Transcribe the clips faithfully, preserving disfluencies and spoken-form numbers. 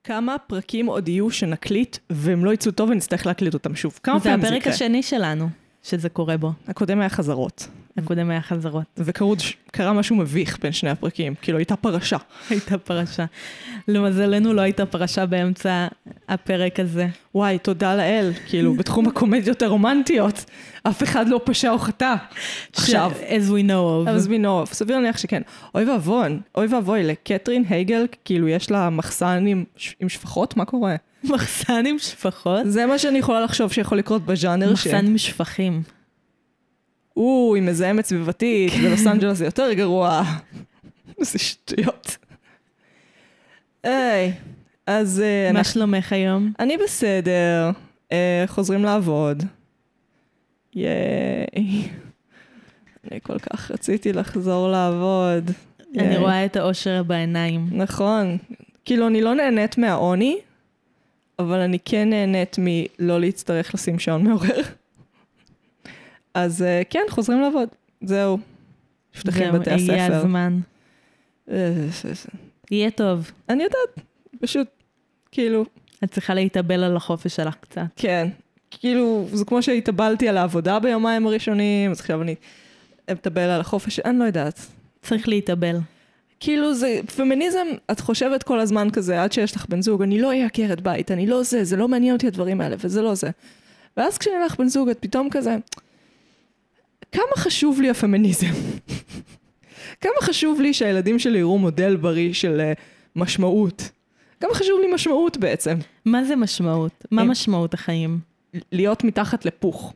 כמה פרקים עוד יהיו שנקליט, והם לא יצאו טוב ונצטרך להקליט אותם שוב. כמה פעמים זה יקרה? זה הפרק השני שלנו, שזה קורה בו. הקודם היה חזרות. הקודם היה חזרות. וקרה משהו מביך בין שני הפרקים, כאילו הייתה פרשה. הייתה פרשה. למזלנו לא הייתה פרשה באמצע הפרק הזה. וואי, תודה לאל, כאילו בתחום הקומדיות הרומנטיות, אף אחד לא פשע או חטא. עכשיו. As we know of. As we know of, סביר להניח שכן. אוי ואבון, אוי ואבוי, לקטרין הייגל, כאילו יש לה מחסן עם, עם שפחות, מה קורה? מחסן עם שפחות? זה מה שאני יכולה לחשוב שיכול לקרות בז'אנר. מחסן עם שפחים. או, היא מזהמת סביבתית, ולוס אנג'לס זה יותר גרוע. זה שטויות. היי, אז... מה שלומך היום? אני בסדר, חוזרים לעבוד. ייי. אני כל כך רציתי לחזור לעבוד. אני רואה את האושר בעיניים. נכון. כאילו, אני לא נהנית מהעוני, אבל אני כן נהנית מלא להצטרך לשים שעון מעורר. אז כן, חוזרים לעבוד. זהו. נפתחים בתי הספר. יהיה הזמן. יהיה טוב. אני יודעת. פשוט, כאילו... את צריכה להתאבל על החופש שלך קצת. כן. כאילו, זה כמו שהתאבלתי על העבודה ביומיים הראשונים, אז עכשיו אני אתאבל על החופש, אני לא יודעת. צריך להתאבל. כאילו, זה, פמיניזם, את חושבת כל הזמן כזה, עד שיש לך בן זוג, אני לא אהיה עקרת בית, אני לא זה, זה לא מעניין אותי הדברים האלה, וזה לא זה. ואז כשאני לך בן זוג, את פתאום כזה... כמה חשוב לי הפמיניזם? כמה חשוב לי שהילדים שלי יראו מודל בריא של uh, משמעות? כמה חשוב לי משמעות בעצם? מה זה משמעות? מה משמעות החיים? להיות מתחת לפוך.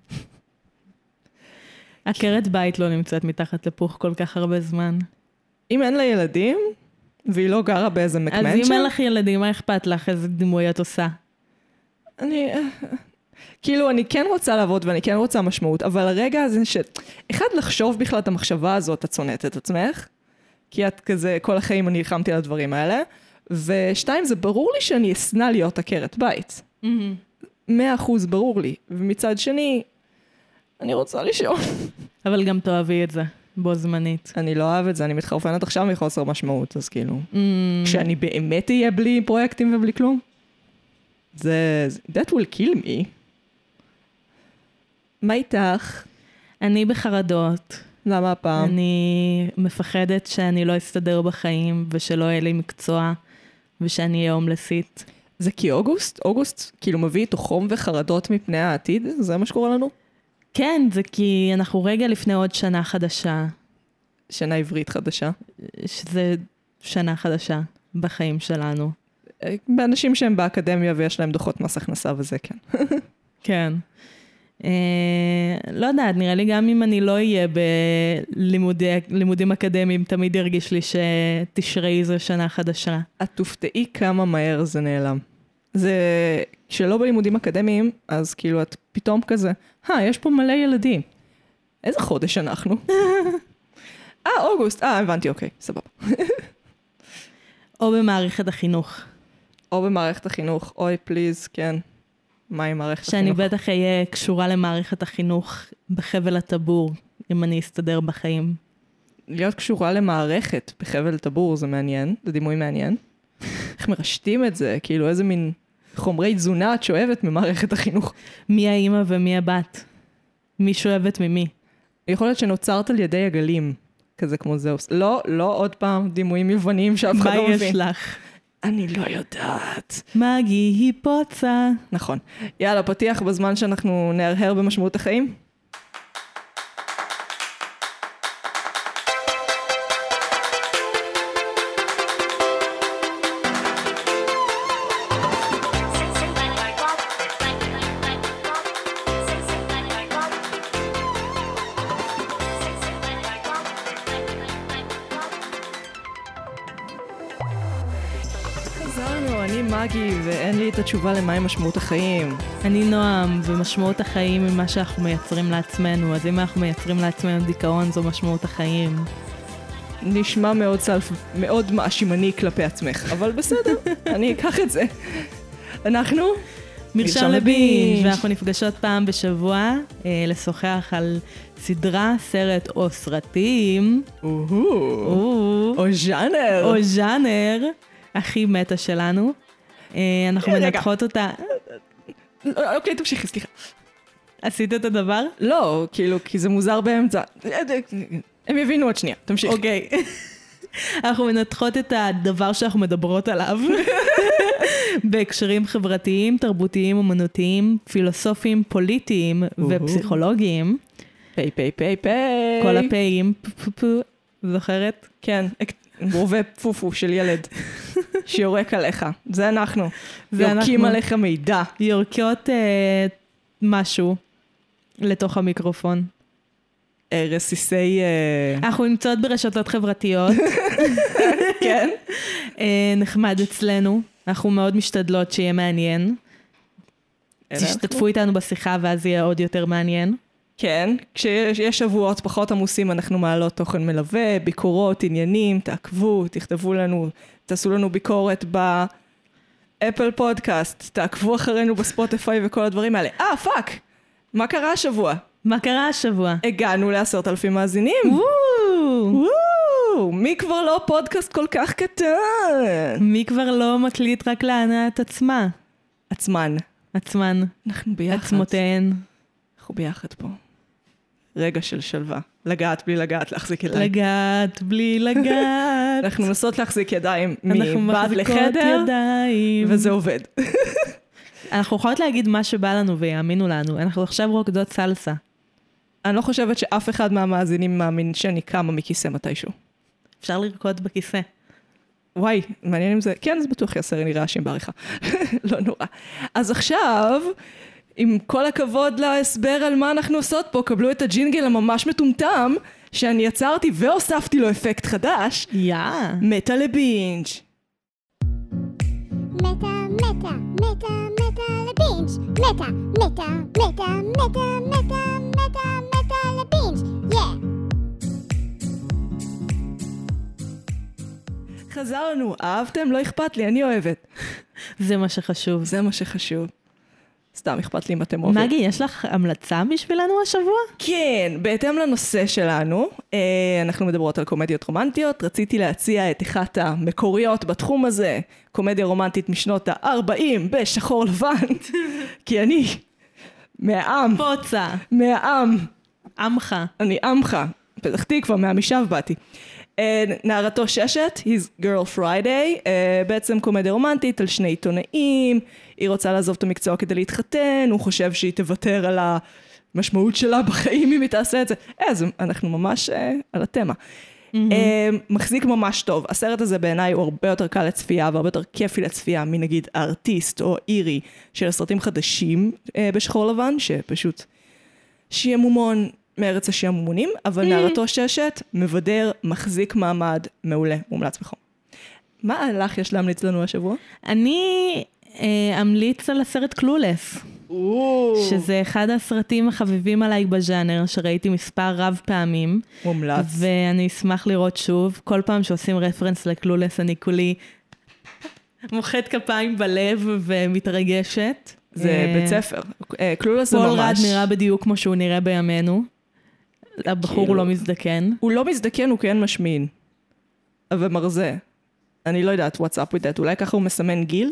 עקרת בית לא נמצאת מתחת לפוך כל כך הרבה זמן. אם אין לה ילדים, והיא לא גרה באיזה מקמנצ'ה... אז אם אין לך ילדים, מה אכפת לך? איזה דימוי את עושה? אני... כאילו, אני כן רוצה לעבוד ואני כן רוצה משמעות, אבל הרגע הזה ש... אחד, לחשוב בכלל את המחשבה הזאת, את שונאת את עצמך, כי את כזה, כל החיים אני נלחמתי על הדברים האלה, ושתיים, זה ברור לי שאני אסנה להיות עקרת בית. מאה אחוז ברור לי. ומצד שני, אני רוצה לישון. אבל גם תאהבי את זה, בו זמנית. אני לא אוהב את זה, אני מתחרפנת עכשיו מחוסר משמעות, אז כאילו, כשאני באמת אהיה בלי פרויקטים ובלי כלום, זה, that will kill me. מה איתך? אני בחרדות. למה הפעם? אני מפחדת שאני לא אסתדר בחיים, ושלא יהיה לי מקצוע, ושאני אהיה הומלסית. זה כי אוגוסט? אוגוסט כאילו מביא איתו חום וחרדות מפני העתיד? זה מה שקורה לנו? כן, זה כי אנחנו רגע לפני עוד שנה חדשה. שנה עברית חדשה? שזה שנה חדשה בחיים שלנו. באנשים שהם באקדמיה ויש להם דוחות מס הכנסה וזה, כן. כן. לא יודעת, נראה לי גם אם אני לא אהיה בלימודים אקדמיים, תמיד ירגיש לי שתשרי זו שנה חדשה. את תופתעי כמה מהר זה נעלם. זה, כשלא בלימודים אקדמיים, אז כאילו את פתאום כזה, אה, יש פה מלא ילדים. איזה חודש אנחנו? אה, אוגוסט, אה, הבנתי, אוקיי, סבבה. או במערכת החינוך. או במערכת החינוך, אוי, פליז, כן. מה עם מערכת שאני החינוך? שאני בטח אהיה קשורה למערכת החינוך בחבל הטבור, אם אני אסתדר בחיים. להיות קשורה למערכת בחבל הטבור זה מעניין, זה דימוי מעניין. איך מרשתים את זה? כאילו איזה מין חומרי תזונה את שואבת ממערכת החינוך? מי האמא ומי הבת? מי שואבת ממי? יכול להיות שנוצרת על ידי הגלים, כזה כמו זהוס. לא, לא עוד פעם דימויים יווניים שאף אחד לא מבין. מה יש לך? אני לא יודעת. מגי היא פוצה. נכון. יאללה, פתיח בזמן שאנחנו נהרהר במשמעות החיים. ואין לי את התשובה למה עם משמעות החיים. אני נועם, ומשמעות החיים היא מה שאנחנו מייצרים לעצמנו, אז אם אנחנו מייצרים לעצמנו דיכאון, זו משמעות החיים. נשמע מאוד סלף, מאוד מאשימני כלפי עצמך, אבל בסדר, אני אקח את זה. אנחנו? מרשם לבינג', ואנחנו נפגשות פעם בשבוע אה, לשוחח על סדרה, סרט או סרטים. או ז'אנר. או ז'אנר, הכי מטה שלנו. אנחנו מנתחות אותה. אוקיי, תמשיכי, סליחה. עשית את הדבר? לא, כאילו, כי זה מוזר באמצע. הם יבינו עוד שנייה, תמשיכי. אוקיי. אנחנו מנתחות את הדבר שאנחנו מדברות עליו. בהקשרים חברתיים, תרבותיים, אומנותיים, פילוסופיים, פוליטיים ופסיכולוגיים. פי, פי, פי, פי. כל הפיים, פו, פו, זוכרת? כן, רובה פופו של ילד שיורק עליך. זה אנחנו. יורקים עליך מידע. יורקות אה, משהו לתוך המיקרופון. אה, רסיסי... אה... אנחנו נמצאות ברשתות חברתיות. כן. אה, נחמד אצלנו. אנחנו מאוד משתדלות שיהיה מעניין. תשתתפו איתנו בשיחה ואז יהיה עוד יותר מעניין. כן, כשיש שבועות פחות עמוסים אנחנו מעלות תוכן מלווה, ביקורות, עניינים, תעקבו, תכתבו לנו, תעשו לנו ביקורת באפל פודקאסט, תעקבו אחרינו בספוטיפיי וכל הדברים האלה. אה, פאק! מה קרה השבוע? מה קרה השבוע? הגענו לעשרת אלפים מאזינים. וואו! וואו! מי כבר לא פודקאסט כל כך קטן? מי כבר לא מקליט רק לענת עצמה? עצמן. עצמן. אנחנו ביחד. עצמותיהן. אנחנו ביחד פה. רגע של שלווה. לגעת בלי לגעת, להחזיק ידיים. לגעת בלי לגעת. אנחנו מנסות להחזיק ידיים מבעד לחדר. אנחנו מחזיקות ידיים. וזה עובד. אנחנו יכולות להגיד מה שבא לנו ויאמינו לנו. אנחנו עכשיו רוקדות סלסה. אני לא חושבת שאף אחד מהמאזינים מאמין שאני קמה מכיסא מתישהו. אפשר לרקוד בכיסא. וואי, מעניין אם זה... כן, זה בטוח יעשר לי רעשים בעריכה. לא נורא. אז עכשיו... עם כל הכבוד להסבר על מה אנחנו עושות פה, קבלו את הג'ינגל הממש מטומטם, שאני יצרתי והוספתי לו אפקט חדש. יא. מטה לבינג'. מטה, מטה, מטה, מטה לבינג'. מטה, מטה, מטה, מטה, מטה, מטה, מטה לבינג'. יא. חזרנו, אהבתם? לא אכפת לי, אני אוהבת. זה מה שחשוב. זה מה שחשוב. סתם, אכפת לי אם אתם אוהבים. מגי, יש לך המלצה בשבילנו השבוע? כן, בהתאם לנושא שלנו, אנחנו מדברות על קומדיות רומנטיות, רציתי להציע את אחת המקוריות בתחום הזה, קומדיה רומנטית משנות ה-ארבעים בשחור לבן, כי אני מהעם. פוצה. מהעם. עמך. אני עמך, פתח תקווה, מהמשב באתי. נערתו ששת, His Girl Friday, בעצם קומדיה רומנטית על שני עיתונאים, היא רוצה לעזוב את המקצוע כדי להתחתן, הוא חושב שהיא תוותר על המשמעות שלה בחיים אם היא תעשה את זה. אז אנחנו ממש על התמה. מחזיק ממש טוב. הסרט הזה בעיניי הוא הרבה יותר קל לצפייה והרבה יותר כיפי לצפייה מנגיד הארטיסט או אירי של הסרטים חדשים בשחור לבן, שפשוט שיעמומון מארץ השיעמומונים, אבל נערתו ששת מבדר, מחזיק מעמד, מעולה, מומלץ בחום. מה לך יש להמליץ לנו השבוע? אני אה, אמליץ על הסרט קלולס, שזה אחד הסרטים החביבים עליי בז'אנר, שראיתי מספר רב פעמים. מומלץ. ואני אשמח לראות שוב, כל פעם שעושים רפרנס לקלולס, אני כולי מוחאת כפיים בלב ומתרגשת. זה בית ספר. קלולס זה ממש... פול רד נראה בדיוק כמו שהוא נראה בימינו. הבחור הוא לא מזדקן. הוא לא מזדקן, הוא כן משמין. אבל מרזה. אני לא יודעת, what's up with that. אולי ככה הוא מסמן גיל?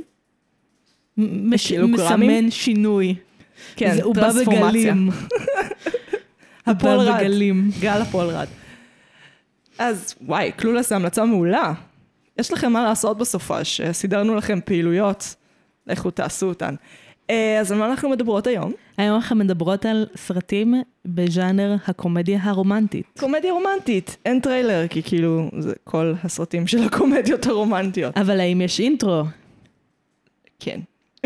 מסמן שינוי. כן, הוא בא בגלים. הפול רד. בגלים. גל הפול רד. אז וואי, קלולס זה המלצה מעולה. יש לכם מה לעשות בסופש. סידרנו לכם פעילויות. לכו תעשו אותן. אז על מה אנחנו מדברות היום? היום אנחנו מדברות על סרטים בז'אנר הקומדיה הרומנטית. קומדיה רומנטית, אין טריילר, כי כאילו זה כל הסרטים של הקומדיות הרומנטיות. אבל האם יש אינטרו? כן.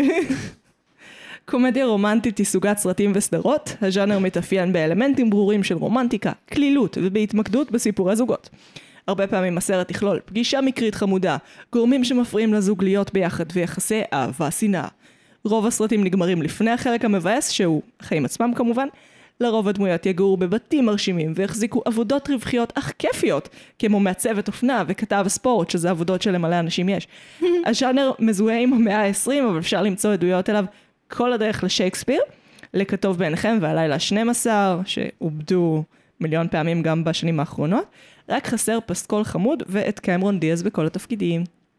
קומדיה רומנטית היא סוגת סרטים וסדרות. הז'אנר מתאפיין באלמנטים ברורים של רומנטיקה, כלילות ובהתמקדות בסיפורי זוגות. הרבה פעמים הסרט יכלול פגישה מקרית חמודה, גורמים שמפריעים לזוג להיות ביחד ויחסי אהבה, שנאה. רוב הסרטים נגמרים לפני החלק המבאס, שהוא החיים עצמם כמובן. לרוב הדמויות יגורו בבתים מרשימים ויחזיקו עבודות רווחיות אך כיפיות, כמו מעצבת אופנה וכתב ספורט, שזה עבודות שלמלא אנשים יש. הז'אנר מזוהה עם המאה ה-עשרים, אבל אפשר למצוא עדויות אליו כל הדרך לשייקספיר, לכתוב בעיניכם והלילה ה-שנים עשר, שעובדו מיליון פעמים גם בשנים האחרונות. רק חסר פסקול חמוד ואת קמרון דיאז בכל התפקידים.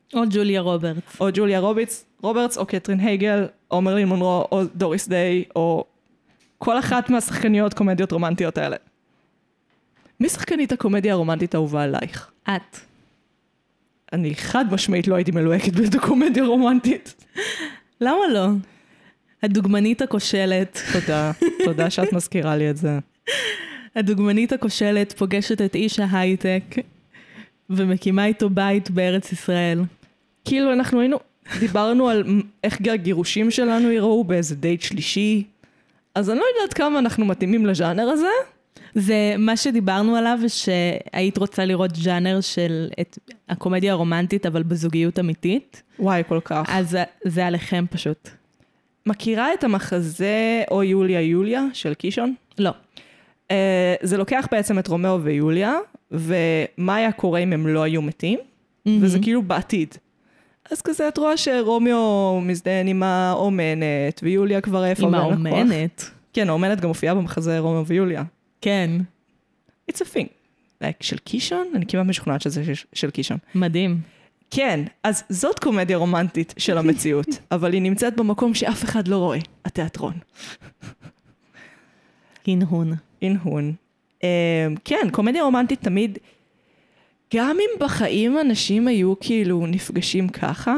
או ג'וליה רוברטס. או ג'וליה רוביץ, רוברטס, או קטרין הייגל, או מרלין מונרו, או דוריס דיי, או כל אחת מהשחקניות קומדיות רומנטיות האלה. מי שחקנית הקומדיה הרומנטית האהובה עלייך? את. אני חד משמעית לא הייתי מלוהקת בקומדיה רומנטית. למה לא? הדוגמנית הכושלת. תודה, תודה שאת מזכירה לי את זה. הדוגמנית הכושלת פוגשת את איש ההייטק, ומקימה איתו בית בארץ ישראל. כאילו אנחנו היינו, דיברנו על איך הגירושים שלנו יראו באיזה דייט שלישי, אז אני לא יודעת כמה אנחנו מתאימים לז'אנר הזה. זה מה שדיברנו עליו, שהיית רוצה לראות ז'אנר של את הקומדיה הרומנטית, אבל בזוגיות אמיתית. וואי, כל כך. אז זה עליכם פשוט. מכירה את המחזה או יוליה יוליה של קישון? לא. Uh, זה לוקח בעצם את רומאו ויוליה, ומה היה קורה אם הם לא היו מתים, mm-hmm. וזה כאילו בעתיד. אז כזה את רואה שרומאו מזדהן עם האומנת, ויוליה כבר איפה. עם האומנת? כן, האומנת גם מופיעה במחזה רומאו ויוליה. כן. It's a thing. Like, של קישון? אני כמעט משוכנעת שזה של, של קישון. מדהים. כן, אז זאת קומדיה רומנטית של המציאות, אבל היא נמצאת במקום שאף אחד לא רואה, התיאטרון. הנהון. הנהון. Um, כן, קומדיה רומנטית תמיד, גם אם בחיים אנשים היו כאילו נפגשים ככה,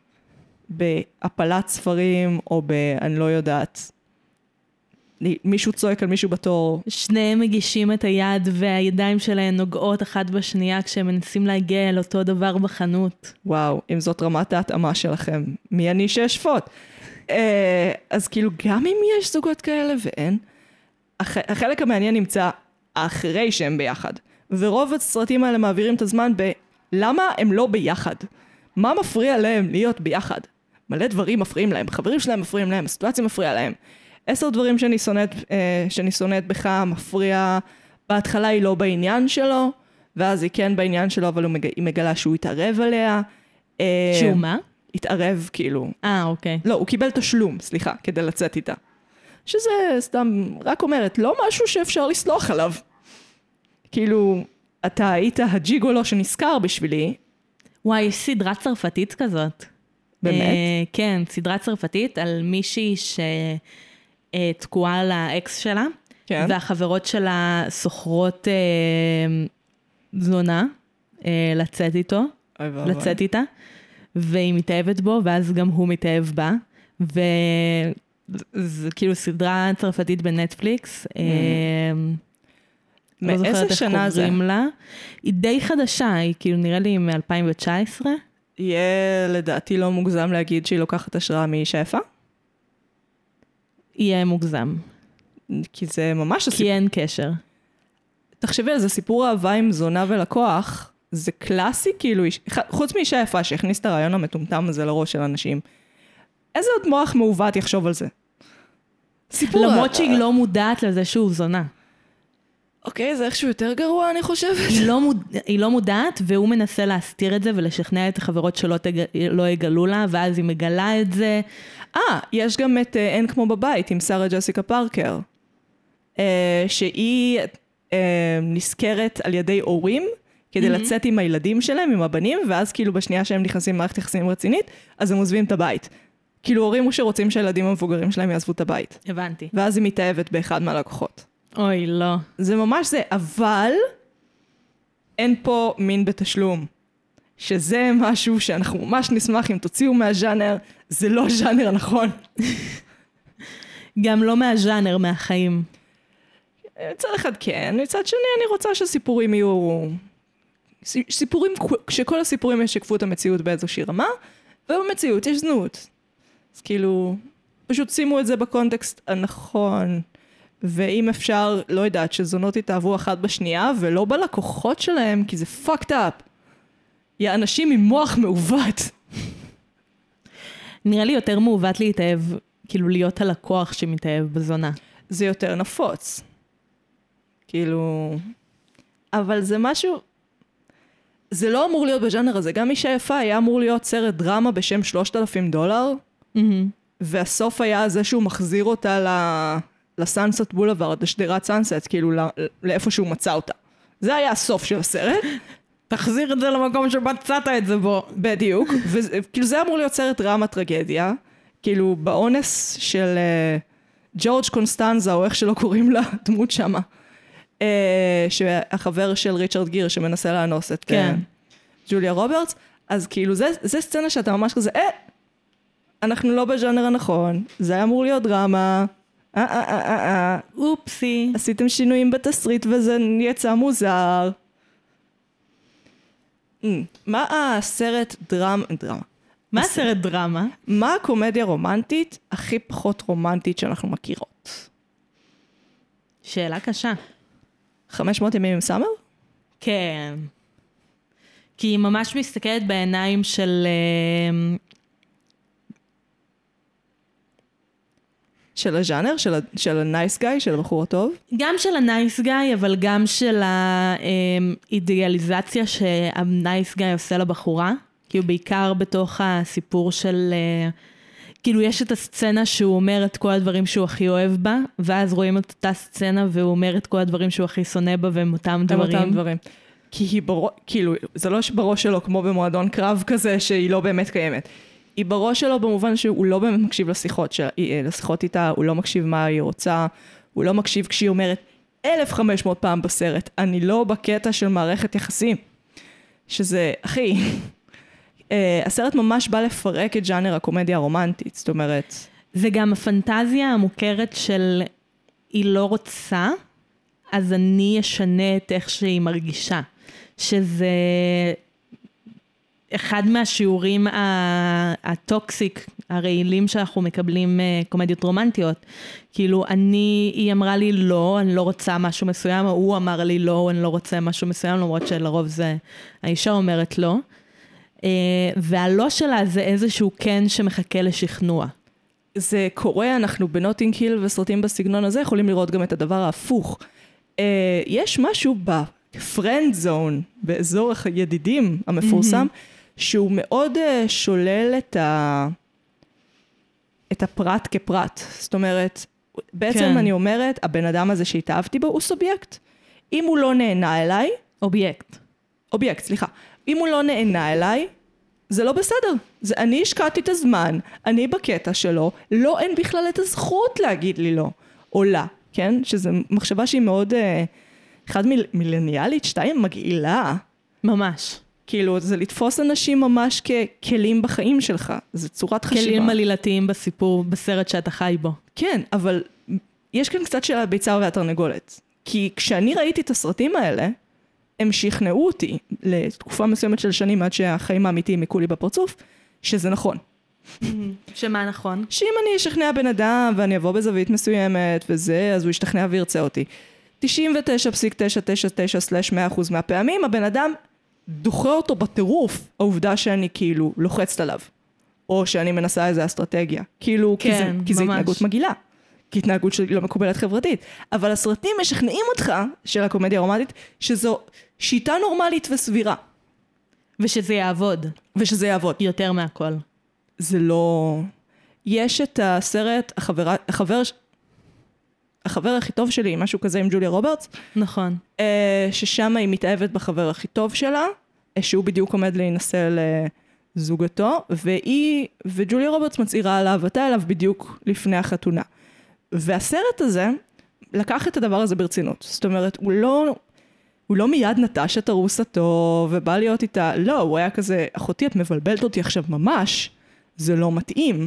בהפלת ספרים, או ב... אני לא יודעת, מישהו צועק על מישהו בתור. שניהם מגישים את היד והידיים שלהם נוגעות אחת בשנייה כשהם מנסים להגיע אל אותו דבר בחנות. וואו, אם זאת רמת ההתאמה שלכם, מי אני שאשפוט? אז כאילו גם אם יש זוגות כאלה ואין, החלק המעניין נמצא אחרי שהם ביחד. ורוב הסרטים האלה מעבירים את הזמן בלמה הם לא ביחד. מה מפריע להם להיות ביחד? מלא דברים מפריעים להם, חברים שלהם מפריעים להם, הסיטואציה מפריעה להם. עשר דברים שאני שונאת, שאני שונאת בך מפריע, בהתחלה היא לא בעניין שלו, ואז היא כן בעניין שלו, אבל היא מגלה שהוא התערב עליה. שהוא מה? התערב כאילו. אה, אוקיי. לא, הוא קיבל תשלום, סליחה, כדי לצאת איתה. שזה סתם, רק אומרת, לא משהו שאפשר לסלוח עליו. כאילו, אתה היית הג'יגולו שנזכר בשבילי. וואי, יש סדרה צרפתית כזאת. באמת? כן, סדרה צרפתית על מישהי ש... תקועה לאקס שלה, כן. והחברות שלה סוחרות אה, זונה, אה, לצאת איתו, לצאת איתה, והיא מתאהבת בו, ואז גם הוא מתאהב בה, וזה כאילו סדרה צרפתית בנטפליקס, אה, לא זוכרת איך קוראים לה, היא די חדשה, היא כאילו נראה לי מ-אלפיים תשע עשרה. יהיה לדעתי לא מוגזם להגיד שהיא לוקחת השראה מאישה יפה? יהיה מוגזם. כי זה ממש... כי אין קשר. תחשבי על זה, סיפור אהבה עם זונה ולקוח, זה קלאסי כאילו, חוץ מאישה יפה שהכניס את הרעיון המטומטם הזה לראש של אנשים. איזה עוד מוח מעוות יחשוב על זה? סיפור... למרות שהיא לא מודעת לזה שהוא זונה. אוקיי, זה איכשהו יותר גרוע, אני חושבת. היא לא, מוד... היא לא מודעת, והוא מנסה להסתיר את זה ולשכנע את החברות שלא תג... לא יגלו לה, ואז היא מגלה את זה. אה, יש גם את אין כמו בבית עם שרה ג'סיקה פארקר, שהיא נזכרת על ידי הורים, כדי mm-hmm. לצאת עם הילדים שלהם, עם הבנים, ואז כאילו בשנייה שהם נכנסים מערכת יחסים רצינית, אז הם עוזבים את הבית. כאילו הורים שרוצים שהילדים המבוגרים שלהם יעזבו את הבית. הבנתי. ואז היא מתאהבת באחד מהלקוחות. אוי, לא. זה ממש זה, אבל אין פה מין בתשלום. שזה משהו שאנחנו ממש נשמח אם תוציאו מהז'אנר, זה לא ז'אנר נכון. גם לא מהז'אנר, מהחיים. מצד אחד כן, מצד שני אני רוצה שסיפורים יהיו... סיפורים, שכל הסיפורים ישקפו את המציאות באיזושהי רמה, ובמציאות יש זנות. אז כאילו, פשוט שימו את זה בקונטקסט הנכון, ואם אפשר, לא יודעת, שזונות יתאהבו אחת בשנייה, ולא בלקוחות שלהם, כי זה fucked up. יא אנשים עם מוח מעוות. נראה לי יותר מעוות להתאהב, כאילו להיות הלקוח שמתאהב בזונה. זה יותר נפוץ. כאילו... אבל זה משהו... זה לא אמור להיות בז'אנר הזה. גם אישה יפה היה אמור להיות סרט דרמה בשם שלושת אלפים דולר, Mm-hmm. והסוף היה זה שהוא מחזיר אותה ל... לסאנסט בולווארד, לשדרת סאנסט, כאילו לא... לאיפה שהוא מצא אותה. זה היה הסוף של הסרט. תחזיר את זה למקום שבצעת את זה בו. בדיוק, וכאילו זה אמור להיות סרט דרמה טרגדיה, כאילו באונס של ג'ורג' קונסטנזה, או איך שלא קוראים לה, דמות שמה, שהחבר של ריצ'רד גיר שמנסה לאנוס את כן. ג'וליה רוברטס, אז כאילו זה, זה סצנה שאתה ממש כזה, אה, אנחנו לא בז'אנר הנכון, זה היה אמור להיות דרמה, אה, אה, אה, אה, אה, אופסי. עשיתם שינויים בתסריט וזה יצא מוזר. מה הסרט דרמה, דרמה? מה הסרט דרמה? מה הקומדיה רומנטית הכי פחות רומנטית שאנחנו מכירות? שאלה קשה. חמש מאות ימים עם סאמר? כן. כי היא ממש מסתכלת בעיניים של... של הז'אנר? של, של הנייס גאי? של הבחור הטוב? גם של הנייס גאי, אבל גם של האידיאליזציה שהנייס גאי עושה לבחורה. כאילו בעיקר בתוך הסיפור של... כאילו יש את הסצנה שהוא אומר את כל הדברים שהוא הכי אוהב בה, ואז רואים את אותה סצנה והוא אומר את כל הדברים שהוא הכי שונא בה, והם אותם דברים. הם אותם דברים. כי היא בראש, כאילו, זה לא בראש שלו כמו במועדון קרב כזה שהיא לא באמת קיימת. היא בראש שלו במובן שהוא לא באמת מקשיב לשיחות, לשיחות איתה, הוא לא מקשיב מה היא רוצה, הוא לא מקשיב כשהיא אומרת אלף וחמש מאות פעם בסרט, אני לא בקטע של מערכת יחסים. שזה, אחי, הסרט ממש בא לפרק את ז'אנר הקומדיה הרומנטית, זאת אומרת... זה גם הפנטזיה המוכרת של היא לא רוצה, אז אני אשנה את איך שהיא מרגישה. שזה אחד מהשיעורים הטוקסיק, הרעילים שאנחנו מקבלים קומדיות רומנטיות. כאילו, אני, היא אמרה לי לא, אני לא רוצה משהו מסוים, הוא אמר לי לא, אני לא רוצה משהו מסוים, למרות שלרוב זה, האישה אומרת לא. והלא שלה זה איזשהו כן שמחכה לשכנוע. זה קורה, אנחנו בנוטינג היל וסרטים בסגנון הזה, יכולים לראות גם את הדבר ההפוך. יש משהו בפרנד זון, באזור הידידים המפורסם, שהוא מאוד שולל את, ה... את הפרט כפרט. זאת אומרת, בעצם כן. אני אומרת, הבן אדם הזה שהתאהבתי בו הוא סובייקט. אם הוא לא נהנה אליי... אובייקט. אובייקט, סליחה. אם הוא לא נהנה אליי, זה לא בסדר. זה, אני השקעתי את הזמן, אני בקטע שלו, לא אין בכלל את הזכות להגיד לי לא, או לה, כן? שזו מחשבה שהיא מאוד, אה, אחד מיל, מילניאלית, שתיים, מגעילה. ממש. כאילו, זה לתפוס אנשים ממש ככלים בחיים שלך, זה צורת חשיבה. כלים עלילתיים בסיפור, בסרט שאתה חי בו. כן, אבל יש כאן קצת של הביצה והתרנגולת. כי כשאני ראיתי את הסרטים האלה, הם שכנעו אותי לתקופה מסוימת של שנים עד שהחיים האמיתיים יקרו לי בפרצוף, שזה נכון. שמה נכון? שאם אני אשכנע בן אדם ואני אבוא בזווית מסוימת וזה, אז הוא ישתכנע וירצה אותי. תשעים ותשע נקודה תשע תשע תשע מאה אחוז מהפעמים הבן אדם דוחה אותו בטירוף, העובדה שאני כאילו לוחצת עליו. או שאני מנסה איזו אסטרטגיה. כאילו, כן, כי זה, כי זה התנהגות מגעילה. כי התנהגות שלי לא מקובלת חברתית. אבל הסרטים משכנעים אותך, של הקומדיה הרומנטית, שזו שיטה נורמלית וסבירה. ושזה יעבוד. ושזה יעבוד. יותר מהכל. זה לא... יש את הסרט, החבר, החבר, החבר הכי טוב שלי, משהו כזה עם ג'וליה רוברטס. נכון. ששם היא מתאהבת בחבר הכי טוב שלה, שהוא בדיוק עומד להינשא לזוגתו, והיא, וג'וליה רוברטס מצעירה על אהבתה אליו בדיוק לפני החתונה. והסרט הזה לקח את הדבר הזה ברצינות. זאת אומרת, הוא לא, הוא לא מיד נטש את הרוסתו ובא להיות איתה, לא, הוא היה כזה, אחותי, את מבלבלת אותי עכשיו ממש, זה לא מתאים.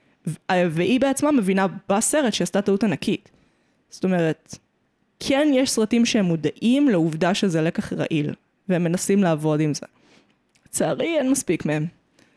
והיא בעצמה מבינה בסרט שעשתה טעות ענקית. זאת אומרת, כן יש סרטים שהם מודעים לעובדה שזה לקח רעיל, והם מנסים לעבוד עם זה. לצערי אין מספיק מהם.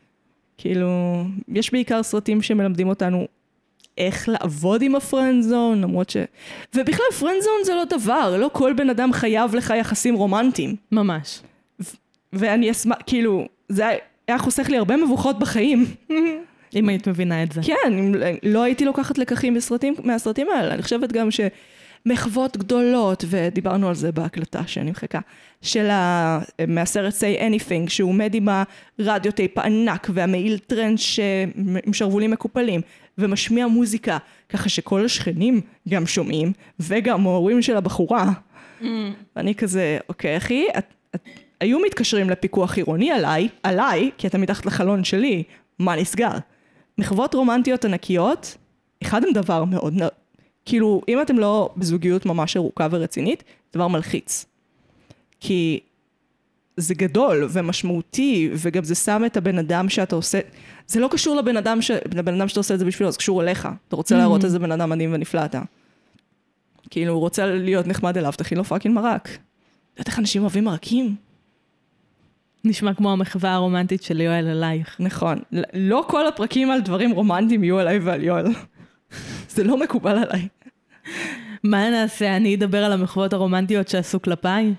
כאילו, יש בעיקר סרטים שמלמדים אותנו איך לעבוד עם הפרנד זון, למרות ש... ובכלל, פרנד זון זה לא דבר, לא כל בן אדם חייב לך יחסים רומנטיים. ממש. ו- ואני אשמח, כאילו, זה היה חוסך לי הרבה מבוכות בחיים. אם היית מבינה את זה. כן, לא הייתי לוקחת לקחים בסרטים, מהסרטים האלה. אני חושבת גם שמחוות גדולות, ודיברנו על זה בהקלטה שאני מחכה, של ה... מהסרט Say Anything, שהוא עומד עם הרדיו טייפ הענק, והמעיל טרנץ' עם שרבולים מקופלים, ומשמיע מוזיקה, ככה שכל השכנים גם שומעים, וגם ההורים של הבחורה. Mm. ואני כזה, אוקיי, אחי, את, את, היו מתקשרים לפיקוח עירוני עליי, עליי, כי אתה מתחת לחלון שלי, מה נסגר? מחוות רומנטיות ענקיות, אחד הם דבר מאוד, כאילו, אם אתם לא בזוגיות ממש ארוכה ורצינית, דבר מלחיץ. כי זה גדול ומשמעותי, וגם זה שם את הבן אדם שאתה עושה, זה לא קשור לבן אדם, ש... לבן אדם שאתה עושה את זה בשבילו, זה קשור אליך. אתה רוצה להראות איזה בן אדם מדהים ונפלא אתה. כאילו, הוא רוצה להיות נחמד אליו, תכין לו פאקינג מרק. יודעת איך אנשים אוהבים מרקים? נשמע כמו המחווה הרומנטית של יואל עלייך. נכון. לא כל הפרקים על דברים רומנטיים יהיו עליי ועל יואל. זה לא מקובל עליי. מה נעשה? אני אדבר על המחוות הרומנטיות שעשו כלפיי?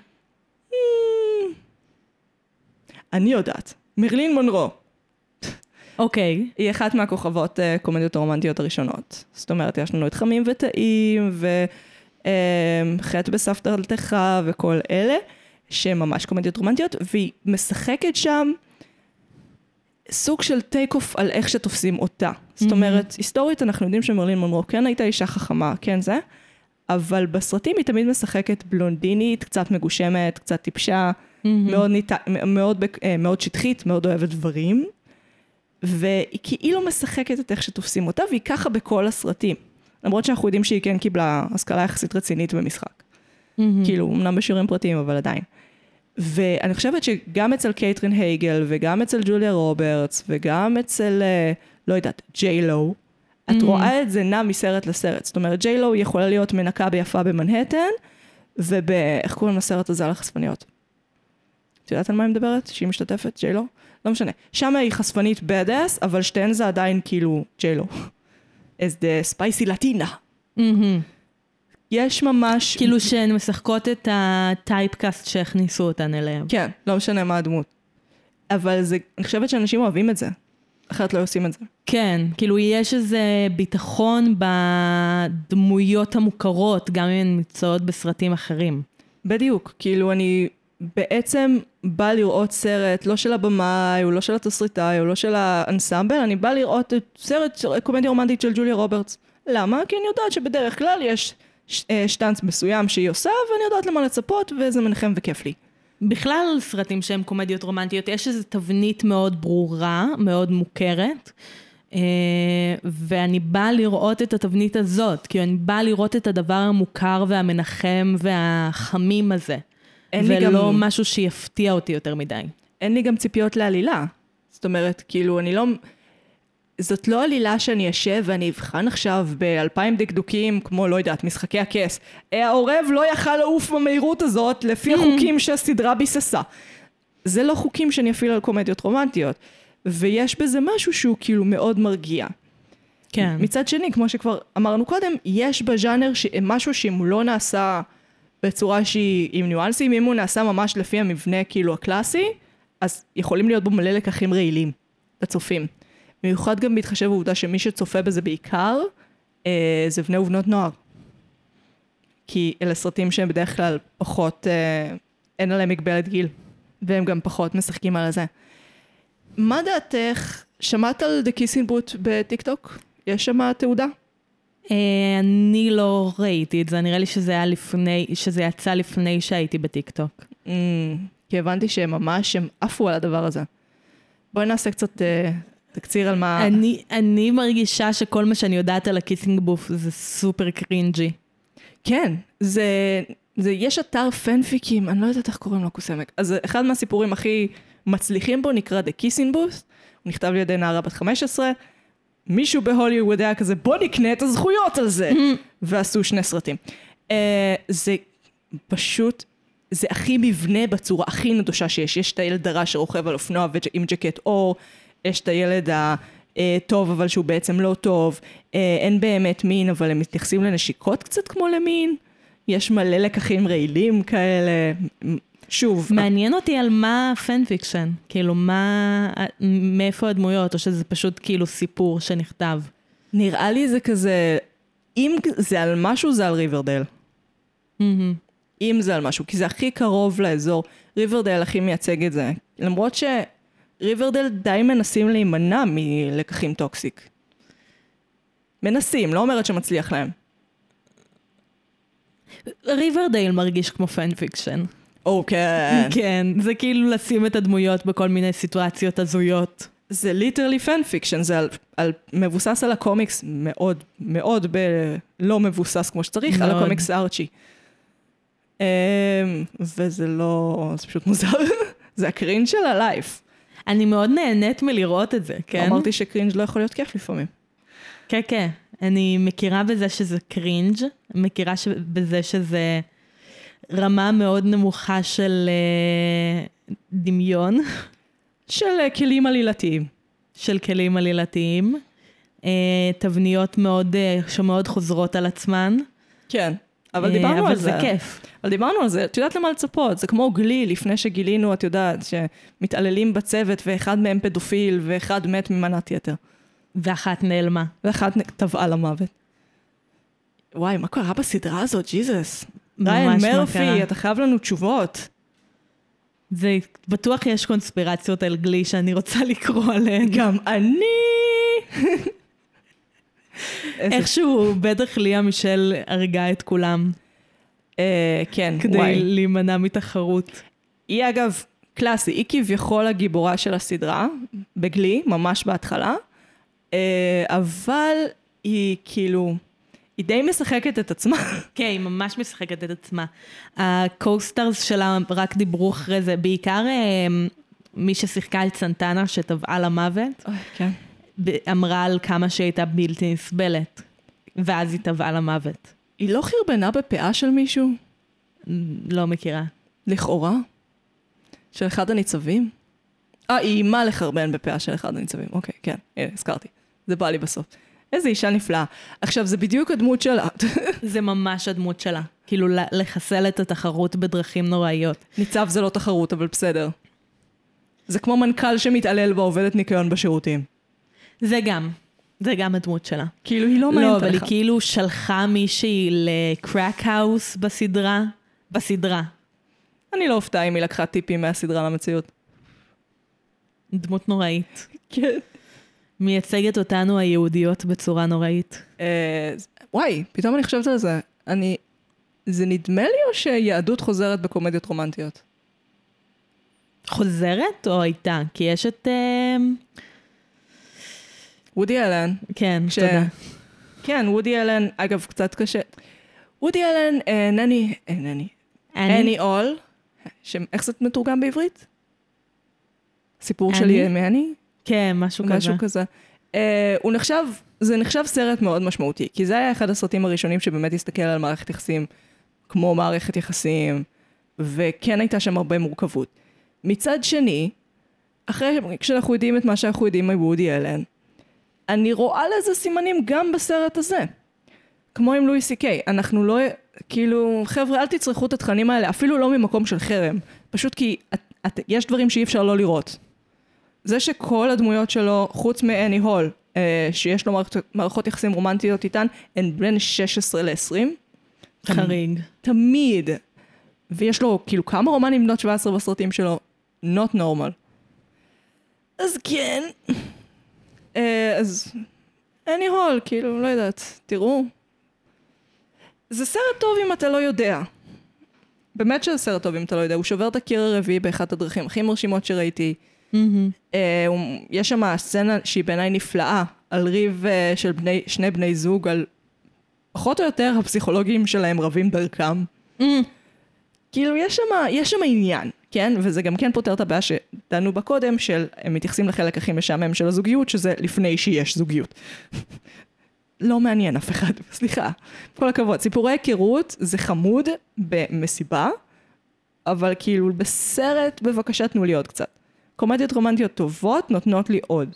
אני יודעת. מרלין מונרו. אוקיי. היא אחת מהכוכבות קומדיות הרומנטיות הראשונות. זאת אומרת, יש לנו את חמים וטעים, וחטא בסבתרתך וכל אלה, שהן ממש קומדיות רומנטיות, והיא משחקת שם סוג של טייק אוף על איך שתופסים אותה. זאת אומרת, היסטורית אנחנו יודעים שמרלין מונרו כן הייתה אישה חכמה, כן זה, אבל בסרטים היא תמיד משחקת בלונדינית, קצת מגושמת, קצת טיפשה, מאוד, ניט... מאוד, מאוד שטחית, מאוד אוהבת דברים, והיא כאילו משחקת את איך שתופסים אותה, והיא ככה בכל הסרטים. למרות שאנחנו יודעים שהיא כן קיבלה השכלה יחסית רצינית במשחק. כאילו, אמנם בשירים פרטיים, אבל עדיין. ואני חושבת שגם אצל קייטרין הייגל, וגם אצל ג'וליה רוברטס, וגם אצל, לא יודעת, ג'יי לו, את רואה את זה נע מסרט לסרט. זאת אומרת, ג'יי לו יכולה להיות מנקה ביפה במנהטן, ובאיך קוראים לסרט הזה על החשפניות? את יודעת על מה היא מדברת? שהיא משתתפת? ג'יי לו? לא משנה. שם היא חשפנית בדאס, אבל שתיהן זה עדיין כאילו ג'יי לו. as the spicy latina. יש ממש... כאילו שהן משחקות את הטייפקאסט שהכניסו אותן אליהם. כן, לא משנה מה הדמות. אבל זה, אני חושבת שאנשים אוהבים את זה. אחרת לא עושים את זה. כן, כאילו יש איזה ביטחון בדמויות המוכרות, גם אם הן מצאות בסרטים אחרים. בדיוק, כאילו אני בעצם באה לראות סרט, לא של הבמאי, או לא של התסריטאי, או לא של האנסמבל, אני באה לראות סרט קומדיה רומנטית של ג'וליה רוברטס. למה? כי אני יודעת שבדרך כלל יש שטנץ מסוים שהיא עושה, ואני יודעת למה לצפות, וזה מנחם וכיף לי. בכלל סרטים שהם קומדיות רומנטיות, יש איזו תבנית מאוד ברורה, מאוד מוכרת, ואני באה לראות את התבנית הזאת, כי אני באה לראות את הדבר המוכר והמנחם והחמים הזה, ולא גם... משהו שיפתיע אותי יותר מדי. אין לי גם ציפיות לעלילה. זאת אומרת, כאילו, אני לא... זאת לא עלילה שאני אשב ואני אבחן עכשיו באלפיים דקדוקים, כמו, לא יודעת, משחקי הכס. העורב לא יכל לעוף במהירות הזאת, לפי החוקים שהסדרה ביססה. זה לא חוקים שאני אפעיל על קומדיות רומנטיות. ויש בזה משהו שהוא כאילו מאוד מרגיע. כן. מצד שני, כמו שכבר אמרנו קודם, יש בז'אנר ש... משהו שאם הוא לא נעשה בצורה שהיא עם ניואנסים, אם הוא נעשה ממש לפי המבנה כאילו הקלאסי, אז יכולים להיות בו מלא לקחים רעילים לצופים. מיוחד גם בהתחשב בעובדה שמי שצופה בזה בעיקר, אה, זה בני ובנות נוער. כי אלה סרטים שהם בדרך כלל פחות, אה, אין עליהם מגבלת גיל, והם גם פחות משחקים על זה. מה דעתך? שמעת על The Kissing Booth בטיק-טוק? יש שם תעודה? אני לא ראיתי את זה, נראה לי שזה היה לפני, שזה יצא לפני שהייתי בטיק-טוק. Mm, כי הבנתי שהם ממש, הם עפו על הדבר הזה. בואי נעשה קצת... אה, תקציר על מה... אני, אני מרגישה שכל מה שאני יודעת על הקיסינג בוף זה סופר קרינג'י. כן, זה, זה, יש אתר פנפיקים, אני לא יודעת איך קוראים לו קוסמק. אז אחד מהסיפורים הכי מצליחים בו נקרא The Kissing Booth, הוא נכתב על ידי נערה בת חמש עשרה, מישהו בהוליווד היה כזה, בוא נקנה את הזכויות על זה, ועשו שני סרטים. Uh, זה פשוט, זה הכי מבנה בצורה הכי נדושה שיש, יש את הילד דרה שרוכב על אופנוע עם ג'קט אור, יש את הילד הטוב, אבל שהוא בעצם לא טוב. אין באמת מין, אבל הם מתייחסים לנשיקות קצת כמו למין. יש מלא לקחים רעילים כאלה. שוב. מעניין אותי על מה פן-פיקשן. כאילו, מה, מאיפה הדמויות, או שזה פשוט כאילו סיפור שנכתב? נראה לי זה כזה, אם זה על משהו, זה על ריברדל. אם זה על משהו, כי זה הכי קרוב לאזור. ריברדל הכי מייצג את זה. למרות ש... ריברדל די מנסים להימנע מלקחים טוקסיק. מנסים, לא אומרת שמצליח להם. ריברדייל מרגיש כמו פן פיקשן. אוקיי. כן, זה כאילו לשים את הדמויות בכל מיני סיטואציות הזויות. זה ליטרלי פן פיקשן, זה על, על, מבוסס על הקומיקס מאוד, מאוד ב, לא מבוסס כמו שצריך, מאוד. על הקומיקס ארצ'י. Um, וזה לא, זה פשוט מוזר. זה הקרינג' של הלייף. אני מאוד נהנית מלראות את זה, כן? אמרתי שקרינג' לא יכול להיות כיף לפעמים. כן, כן. אני מכירה בזה שזה קרינג', מכירה ש... בזה שזה רמה מאוד נמוכה של uh, דמיון. של uh, כלים עלילתיים. של כלים עלילתיים. Uh, תבניות מאוד, uh, שמאוד חוזרות על עצמן. כן, אבל דיברנו על זה. אבל זה כיף. אבל דיברנו על זה, את יודעת למה לצפות, זה כמו גלי, לפני שגילינו, את יודעת, שמתעללים בצוות, ואחד מהם פדופיל, ואחד מת ממנת יתר. ואחת נעלמה. ואחת טבעה למוות. וואי, מה קרה בסדרה הזאת, ג'יזוס? ממש ריין מה קרה. מרפי, אתה חייב לנו תשובות. זה, בטוח יש קונספירציות על גלי שאני רוצה לקרוא עליהן. גם אני! איכשהו בטח ליה מישל הרגה את כולם. כן, כדי וואי. להימנע מתחרות. היא אגב קלאסי, היא כביכול הגיבורה של הסדרה, בגלי, ממש בהתחלה, אבל היא כאילו, היא די משחקת את עצמה. כן, היא ממש משחקת את עצמה. הקוסטרס שלה רק דיברו אחרי זה, בעיקר מי ששיחקה את סנטנה שטבעה למוות, כן. אמרה על כמה שהיא הייתה בלתי נסבלת, ואז היא טבעה למוות. היא לא חרבנה בפאה של מישהו? לא מכירה. לכאורה? של אחד הניצבים? אה, היא אימה לחרבן בפאה של אחד הניצבים. אוקיי, כן, הנה, הזכרתי. זה בא לי בסוף. איזה אישה נפלאה. עכשיו, זה בדיוק הדמות שלה. זה ממש הדמות שלה. כאילו, לחסל את התחרות בדרכים נוראיות. ניצב זה לא תחרות, אבל בסדר. זה כמו מנכ"ל שמתעלל בעובדת ניקיון בשירותים. זה גם. זה גם הדמות שלה. כאילו, היא לא מעניינת לא, אבל לך. היא כאילו שלחה מישהי לקראק האוס בסדרה. בסדרה. אני לא אופתע אם היא לקחה טיפים מהסדרה למציאות. דמות נוראית. כן. מייצגת אותנו היהודיות בצורה נוראית. אה, וואי, פתאום אני חושבת על זה. אני... זה נדמה לי או שיהדות חוזרת בקומדיות רומנטיות? חוזרת או הייתה? כי יש את... אה... וודי אלן. כן, ש... תודה. כן, וודי אלן, אגב, קצת קשה. וודי אלן, אה, נני, אה, נני. אני? אני אול. ש... איך זה מתורגם בעברית? סיפור אני? שלי מני? כן, משהו כזה. משהו כזה. Uh, הוא נחשב, זה נחשב סרט מאוד משמעותי, כי זה היה אחד הסרטים הראשונים שבאמת הסתכל על מערכת יחסים, כמו מערכת יחסים, וכן הייתה שם הרבה מורכבות. מצד שני, אחרי כשאנחנו יודעים את מה שאנחנו יודעים מוודי אלן, אני רואה לזה סימנים גם בסרט הזה. כמו עם לואי סי קיי, אנחנו לא, כאילו, חבר'ה, אל תצרכו את התכנים האלה, אפילו לא ממקום של חרם, פשוט כי את, את, יש דברים שאי אפשר לא לראות. זה שכל הדמויות שלו, חוץ מאני הול, אה, שיש לו מערכות, מערכות יחסים רומנטיות איתן, הן בין שש עשרה ל-עשרים. חריג. תמיד. ויש לו כאילו כמה רומנים בנות שבע עשרה בסרטים שלו, not normal. אז כן. אה, אז אני הול, כאילו, לא יודעת, תראו. זה סרט טוב אם אתה לא יודע. באמת שזה סרט טוב אם אתה לא יודע. הוא שובר את הקיר הרביעי באחת הדרכים הכי מרשימות שראיתי. Mm-hmm. אה, הוא, יש שם סצנה שהיא בעיניי נפלאה, על ריב אה, של בני, שני בני זוג, על פחות או יותר הפסיכולוגים שלהם רבים דרכם. Mm. כאילו יש שם, יש שם עניין, כן? וזה גם כן פותר את הבעיה שדנו בה קודם, של הם מתייחסים לחלק הכי משעמם של הזוגיות, שזה לפני שיש זוגיות. לא מעניין אף אחד, סליחה. כל הכבוד, סיפורי היכרות זה חמוד במסיבה, אבל כאילו בסרט בבקשה תנו לי עוד קצת. קומדיות רומנטיות טובות נותנות לי עוד.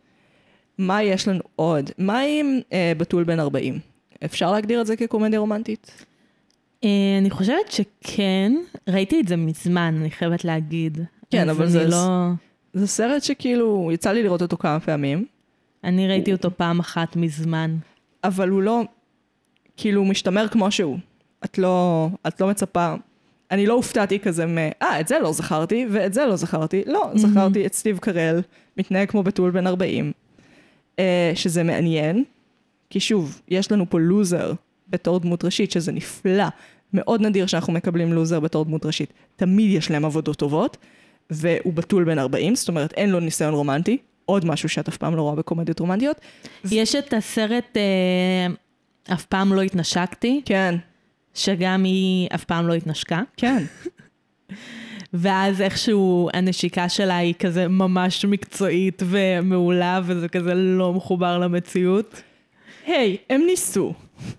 מה יש לנו עוד? מה עם אה, בתול בן ארבעים? אפשר להגדיר את זה כקומדיה רומנטית? אה, אני חושבת שכן. ראיתי את זה מזמן, אני חייבת להגיד. כן, אבל זה, לא... זה סרט שכאילו, יצא לי לראות אותו כמה פעמים. אני ראיתי אותו פעם אחת מזמן. אבל הוא לא, כאילו, הוא משתמר כמו שהוא. את לא, את לא מצפה... אני לא הופתעתי כזה מ... אה, את זה לא זכרתי, ואת זה לא זכרתי. לא, זכרתי את סטיב קרל, מתנהג כמו בתול בן ארבעים. אה, שזה מעניין, כי שוב, יש לנו פה לוזר בתור דמות ראשית, שזה נפלא, מאוד נדיר שאנחנו מקבלים לוזר בתור דמות ראשית. תמיד יש להם עבודות טובות, והוא בתול בן ארבעים, זאת אומרת, אין לו ניסיון רומנטי, עוד משהו שאת אף פעם לא רואה בקומדיות רומנטיות. יש את הסרט אה, אף פעם לא התנשקתי, כן. שגם היא אף פעם לא התנשקה. כן. ואז איכשהו הנשיקה שלה היא כזה ממש מקצועית ומעולה, וזה כזה לא מחובר למציאות. היי, hey, הם ניסו.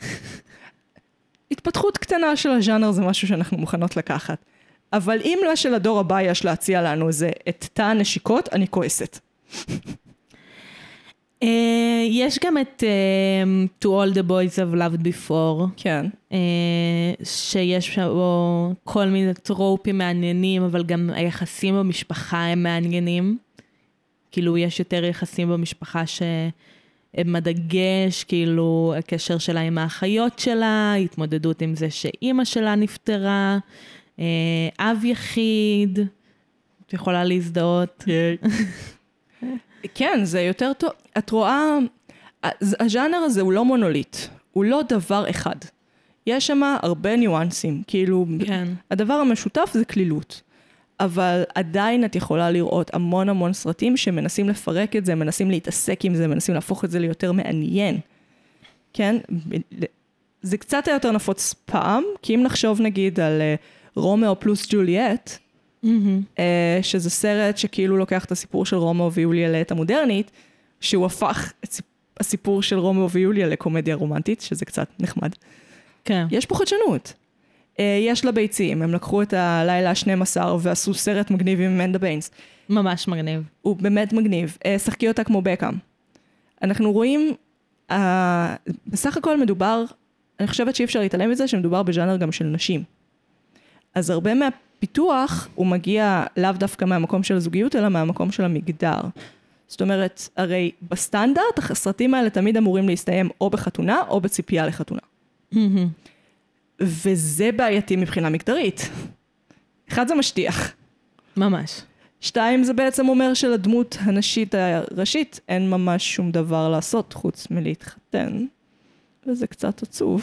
התפתחות קטנה של הז'אנר זה משהו שאנחנו מוכנות לקחת. אבל אם לא של הדור הבא יש להציע לנו זה את תא הנשיקות, אני כועסת. יש גם את To All the Boys I've Loved Before. כן. שיש בו כל מיני טרופים מעניינים, אבל גם היחסים במשפחה הם מעניינים. כאילו יש יותר יחסים במשפחה שהם הדגש, כאילו הקשר שלה עם האחיות שלה, התמודדות עם זה שאימא שלה נפטרה, אב יחיד, את יכולה להזדהות. כן, זה יותר טוב. את רואה, הז'אנר הזה הוא לא מונוליט, הוא לא דבר אחד. יש שם הרבה ניואנסים, כאילו, כן. הדבר המשותף זה כלילות. אבל עדיין את יכולה לראות המון המון סרטים שמנסים לפרק את זה, מנסים להתעסק עם זה, מנסים להפוך את זה ליותר מעניין. כן? זה קצת יותר נפוץ פעם, כי אם נחשוב נגיד על רומאו פלוס ג'וליאט, Mm-hmm. שזה סרט שכאילו לוקח את הסיפור של רומאו ויוליה לעת המודרנית, שהוא הפך את הסיפור של רומאו ויוליה לקומדיה רומנטית, שזה קצת נחמד. כן. יש פה חדשנות. יש לה ביצים, הם לקחו את הלילה ה-שנים עשר ועשו סרט מגניב עם מנדה ביינס. ממש מגניב. הוא באמת מגניב. שחקי אותה כמו בקאם. אנחנו רואים, בסך הכל מדובר, אני חושבת שאי אפשר להתעלם מזה, שמדובר בז'אנר גם של נשים. אז הרבה מה... פיתוח הוא מגיע לאו דווקא מהמקום של הזוגיות, אלא מהמקום של המגדר. זאת אומרת, הרי בסטנדרט, הסרטים האלה תמיד אמורים להסתיים או בחתונה, או בציפייה לחתונה. וזה בעייתי מבחינה מגדרית. אחד זה משטיח. ממש. שתיים זה בעצם אומר שלדמות הנשית הראשית, אין ממש שום דבר לעשות חוץ מלהתחתן. וזה קצת עצוב.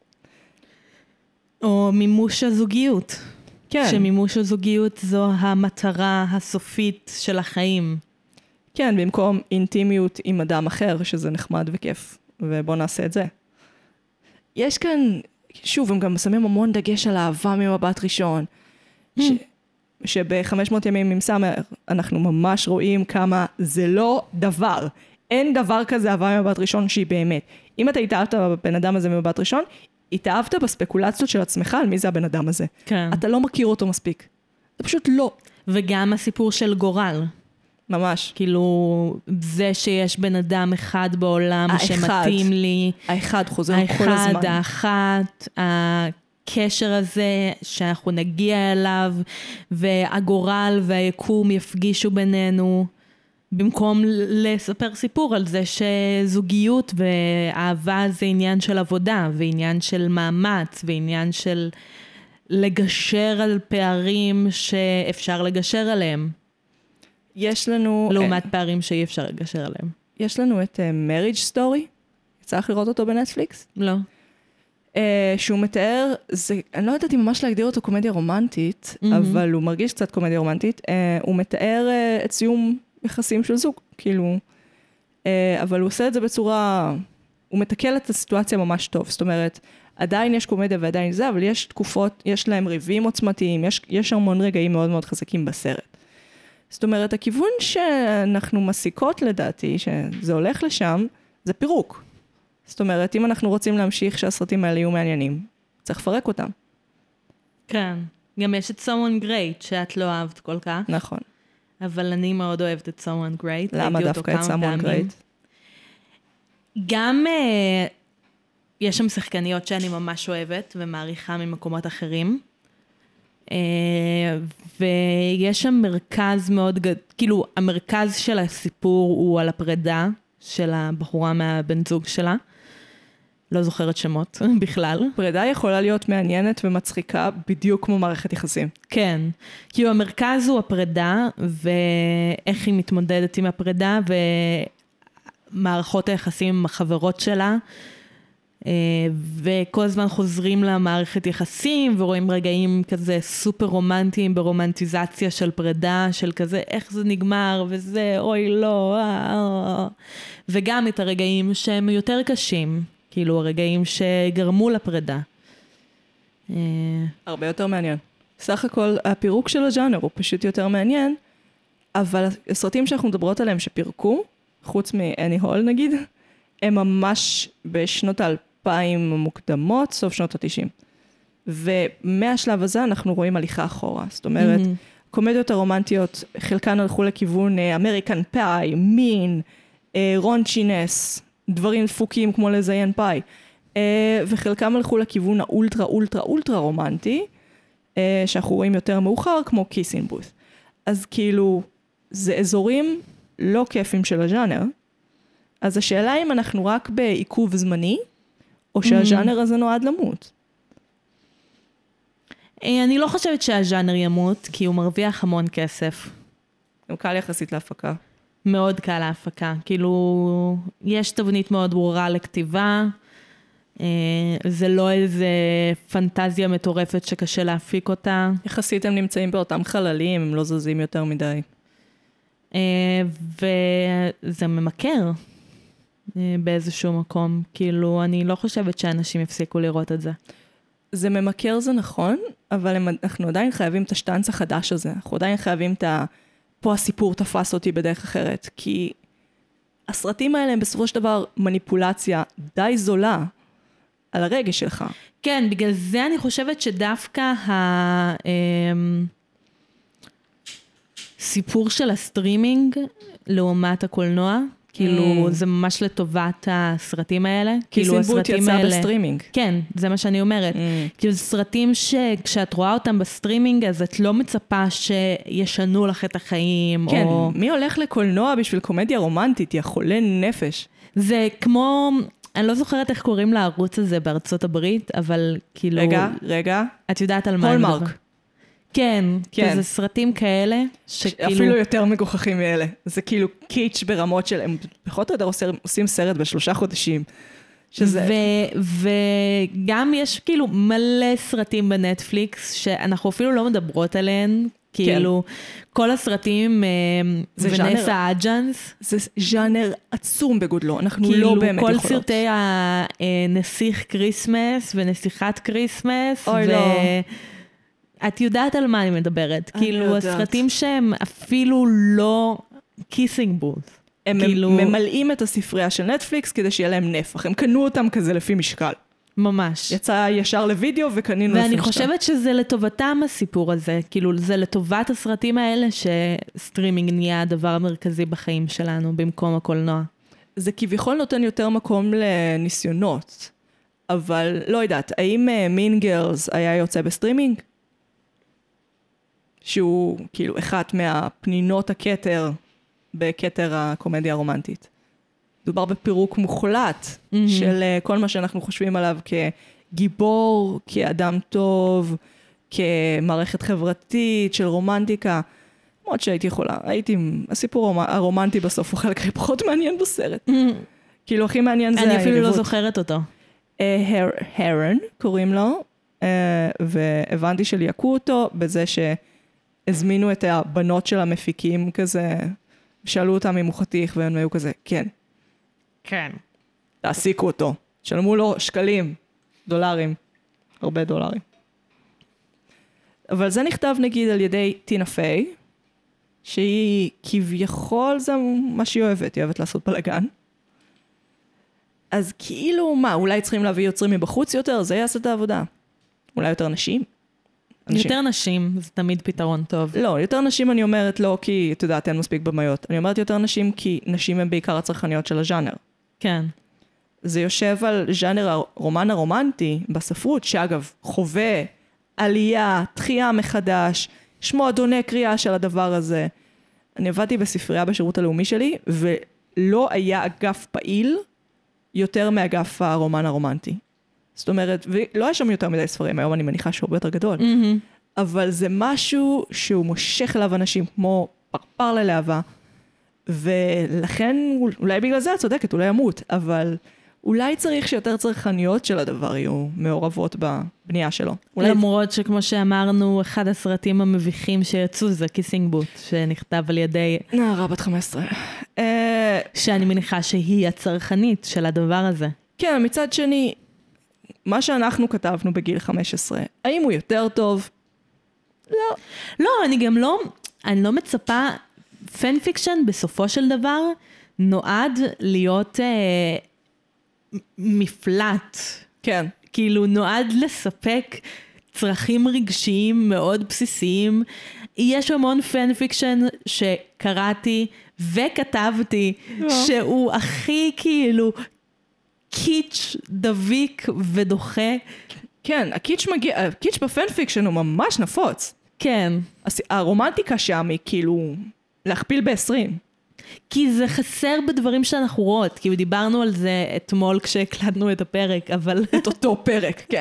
או מימוש הזוגיות. כן. שמימוש הזוגיות זו המטרה הסופית של החיים. כן, במקום אינטימיות עם אדם אחר, שזה נחמד וכיף, ובוא נעשה את זה. יש כאן, שוב, הם גם שמים המון דגש על אהבה ממבט ראשון, ש... שב-חמש מאות ימים עם סאמר, אנחנו ממש רואים כמה זה לא דבר. אין דבר כזה אהבה ממבט ראשון שהיא באמת. אם אתה התאהבת בבן אדם הזה ממבט ראשון, התאהבת בספקולציות של עצמך על מי זה הבן אדם הזה. כן. אתה לא מכיר אותו מספיק. זה פשוט לא. וגם הסיפור של גורל. ממש. כאילו, זה שיש בן אדם אחד בעולם האחד. שמתאים לי. האחד חוזר האחד, כל הזמן. האחת, הקשר הזה שאנחנו נגיע אליו, והגורל והיקום יפגישו בינינו. במקום לספר סיפור על זה שזוגיות ואהבה זה עניין של עבודה, ועניין של מאמץ, ועניין של לגשר על פערים שאפשר לגשר עליהם. יש לנו... לעומת פערים שאי אפשר לגשר עליהם. יש לנו את uh, Marriage Story, יצא לך לראות אותו בנטפליקס? לא. Uh, שהוא מתאר, זה, אני לא יודעת אם ממש להגדיר אותו קומדיה רומנטית, mm-hmm. אבל הוא מרגיש קצת קומדיה רומנטית. Uh, הוא מתאר uh, את סיום יחסים של זוג, כאילו, uh, אבל הוא עושה את זה בצורה, הוא מתקל את הסיטואציה ממש טוב, זאת אומרת, עדיין יש קומדיה ועדיין זה, אבל יש תקופות, יש להם ריבים עוצמתיים, יש, יש המון רגעים מאוד מאוד חזקים בסרט. זאת אומרת, הכיוון שאנחנו מסיקות לדעתי, שזה הולך לשם, זה פירוק. זאת אומרת, אם אנחנו רוצים להמשיך שהסרטים האלה יהיו מעניינים, צריך לפרק אותם. כן. גם יש את Someone Great, שאת לא אהבת כל כך. נכון. אבל אני מאוד אוהבת את Someone Great. למה דווקא את Someone Great? גם uh, יש שם שחקניות שאני ממש אוהבת, ומעריכה ממקומות אחרים. Uh, ויש שם מרכז מאוד גדול, כאילו המרכז של הסיפור הוא על הפרידה של הבחורה מהבן זוג שלה. לא זוכרת שמות בכלל. פרידה יכולה להיות מעניינת ומצחיקה בדיוק כמו מערכת יחסים. כן, כאילו המרכז הוא הפרידה ואיך היא מתמודדת עם הפרידה ומערכות היחסים עם החברות שלה. וכל הזמן חוזרים למערכת יחסים, ורואים רגעים כזה סופר רומנטיים, ברומנטיזציה של פרידה, של כזה איך זה נגמר, וזה אוי לא, אה, אה. וגם את הרגעים שהם יותר קשים, כאילו הרגעים שגרמו לפרידה. הרבה יותר מעניין. סך הכל, הפירוק של הז'אנר הוא פשוט יותר מעניין, אבל הסרטים שאנחנו מדברות עליהם שפירקו, חוץ מאני הול נגיד, הם ממש בשנות האלפיים המוקדמות, סוף שנות התשעים. ומהשלב הזה אנחנו רואים הליכה אחורה. זאת אומרת, mm-hmm. קומדיות הרומנטיות, חלקן הלכו לכיוון אמריקן פאי, מין, רונצ'ינס, דברים דפוקים כמו לזיין פאי, וחלקם הלכו לכיוון האולטרה אולטרה אולטרה רומנטי, שאנחנו רואים יותר מאוחר כמו קיסינג בות'. אז כאילו, זה אזורים לא כיפים של הז'אנר, אז השאלה אם אנחנו רק בעיכוב זמני, או שהז'אנר הזה נועד למות. אני לא חושבת שהז'אנר ימות, כי הוא מרוויח המון כסף. הוא קל יחסית להפקה. מאוד קל להפקה. כאילו, יש תבנית מאוד ברורה לכתיבה, זה לא איזה פנטזיה מטורפת שקשה להפיק אותה. יחסית הם נמצאים באותם חללים, הם לא זזים יותר מדי. וזה ממכר באיזשהו מקום. כאילו, אני לא חושבת שאנשים יפסיקו לראות את זה. זה ממכר, זה נכון, אבל אנחנו עדיין חייבים את השטנץ החדש הזה. אנחנו עדיין חייבים את ה... פה הסיפור תפס אותי בדרך אחרת. כי הסרטים האלה הם בסופו של דבר מניפולציה די זולה על הרגש שלך. כן, בגלל זה אני חושבת שדווקא ה... סיפור של הסטרימינג לעומת הקולנוע, כאילו זה ממש לטובת הסרטים האלה. כאילו הסרטים האלה... יצא בסטרימינג. כן, זה מה שאני אומרת. כאילו זה סרטים שכשאת רואה אותם בסטרימינג, אז את לא מצפה שישנו לך את החיים. כן, או... מי הולך לקולנוע בשביל קומדיה רומנטית? יא חולה נפש. זה כמו... אני לא זוכרת איך קוראים לערוץ הזה בארצות הברית, אבל כאילו... רגע, רגע. את יודעת על מה אני מדבר. הולמרק. כן, כן. זה סרטים כאלה, שכאילו... אפילו יותר מגוחכים מאלה. זה כאילו קיץ' ברמות של... הם פחות או יותר עושים סרט בשלושה חודשים. שזה... ו- וגם יש כאילו מלא סרטים בנטפליקס, שאנחנו אפילו לא מדברות עליהן, כאילו, כל הסרטים, ונסה אג'אנס. זה ז'אנר עצום בגודלו, אנחנו לא באמת יכולות. כל סרטי הנסיך קריסמס ונסיכת קריסמס, אוי לא. את יודעת על מה אני מדברת. כאילו, הסרטים שהם אפילו לא קיסינג בות'. הם ממלאים את הספרייה של נטפליקס כדי שיהיה להם נפח. הם קנו אותם כזה לפי משקל. ממש. יצא ישר לוידאו וקנינו לפי משקל. ואני חושבת שזה לטובתם הסיפור הזה. כאילו, זה לטובת הסרטים האלה שסטרימינג נהיה הדבר המרכזי בחיים שלנו במקום הקולנוע. זה כביכול נותן יותר מקום לניסיונות. אבל לא יודעת, האם Mean Girls היה יוצא בסטרימינג? שהוא כאילו אחת מהפנינות הכתר בכתר הקומדיה הרומנטית. דובר בפירוק מוחלט mm-hmm. של כל מה שאנחנו חושבים עליו כגיבור, כאדם טוב, כמערכת חברתית של רומנטיקה. מאוד שהייתי יכולה. הייתי, הסיפור הרומנטי בסוף הוא חלק פחות מעניין בסרט. Mm-hmm. כאילו הכי מעניין זה... אני אפילו לא זוכרת אותו. הרן קוראים לו, והבנתי שליעקו אותו בזה שהזמינו את הבנות של המפיקים כזה, שאלו אותם אם הוא חתיך, והם היו כזה, כן. כן. תעסיקו אותו. שלמו לו שקלים, דולרים, הרבה דולרים. אבל זה נכתב נגיד על ידי טינה פיי, שהיא כביכול זה מה שהיא אוהבת, היא אוהבת לעשות בלגן. אז כאילו מה, אולי צריכים להביא יוצרים מבחוץ יותר, זה יעשה את העבודה. אולי יותר נשים? אנשים. יותר נשים, זה תמיד פתרון טוב. לא, יותר נשים אני אומרת לא כי, אתה יודע, אין מספיק במאיות. אני אומרת יותר נשים כי נשים הן בעיקר הצרכניות של הז'אנר. כן. זה יושב על ז'אנר הרומן הרומנטי בספרות, שאגב, חווה, עלייה, תחייה מחדש, יש מועדוני קריאה של הדבר הזה. אני עבדתי בספרייה בשירות הלאומי שלי, ולא היה אגף פעיל יותר מאגף הרומן הרומנטי. זאת אומרת, ולא היה שם יותר מדי ספרים, היום אני מניחה שהוא הרבה יותר גדול. Mm-hmm. אבל זה משהו שהוא מושך אליו אנשים כמו פרפר ללהבה, ולכן, אולי בגלל זה את צודקת, אולי ימות, אבל אולי צריך שיותר צרכניות של הדבר יהיו מעורבות בבנייה שלו. אולי... למרות שכמו שאמרנו, אחד הסרטים המביכים שיצאו זה קיסינג בוט, שנכתב על ידי... נערה בת חמש עשרה. שאני מניחה שהיא הצרכנית של הדבר הזה. כן, מצד שני, מה שאנחנו כתבנו בגיל חמש עשרה, האם הוא יותר טוב? לא. לא, אני גם לא, אני לא מצפה, פן פיקשן בסופו של דבר נועד להיות אה, מפלט. כן. כאילו נועד לספק צרכים רגשיים מאוד בסיסיים. יש המון פן פיקשן שקראתי וכתבתי, שהוא הכי כאילו קיץ' דביק ודוחה. כן, הקיץ' מגיע, הקיץ' בפן פיקשן הוא ממש נפוץ. כן. הרומנטיקה שם היא כאילו להכפיל ב-עשרים. כי זה חסר בדברים שאנחנו רואות, כי דיברנו על זה אתמול כשהקלטנו את הפרק, אבל... את אותו פרק, כן.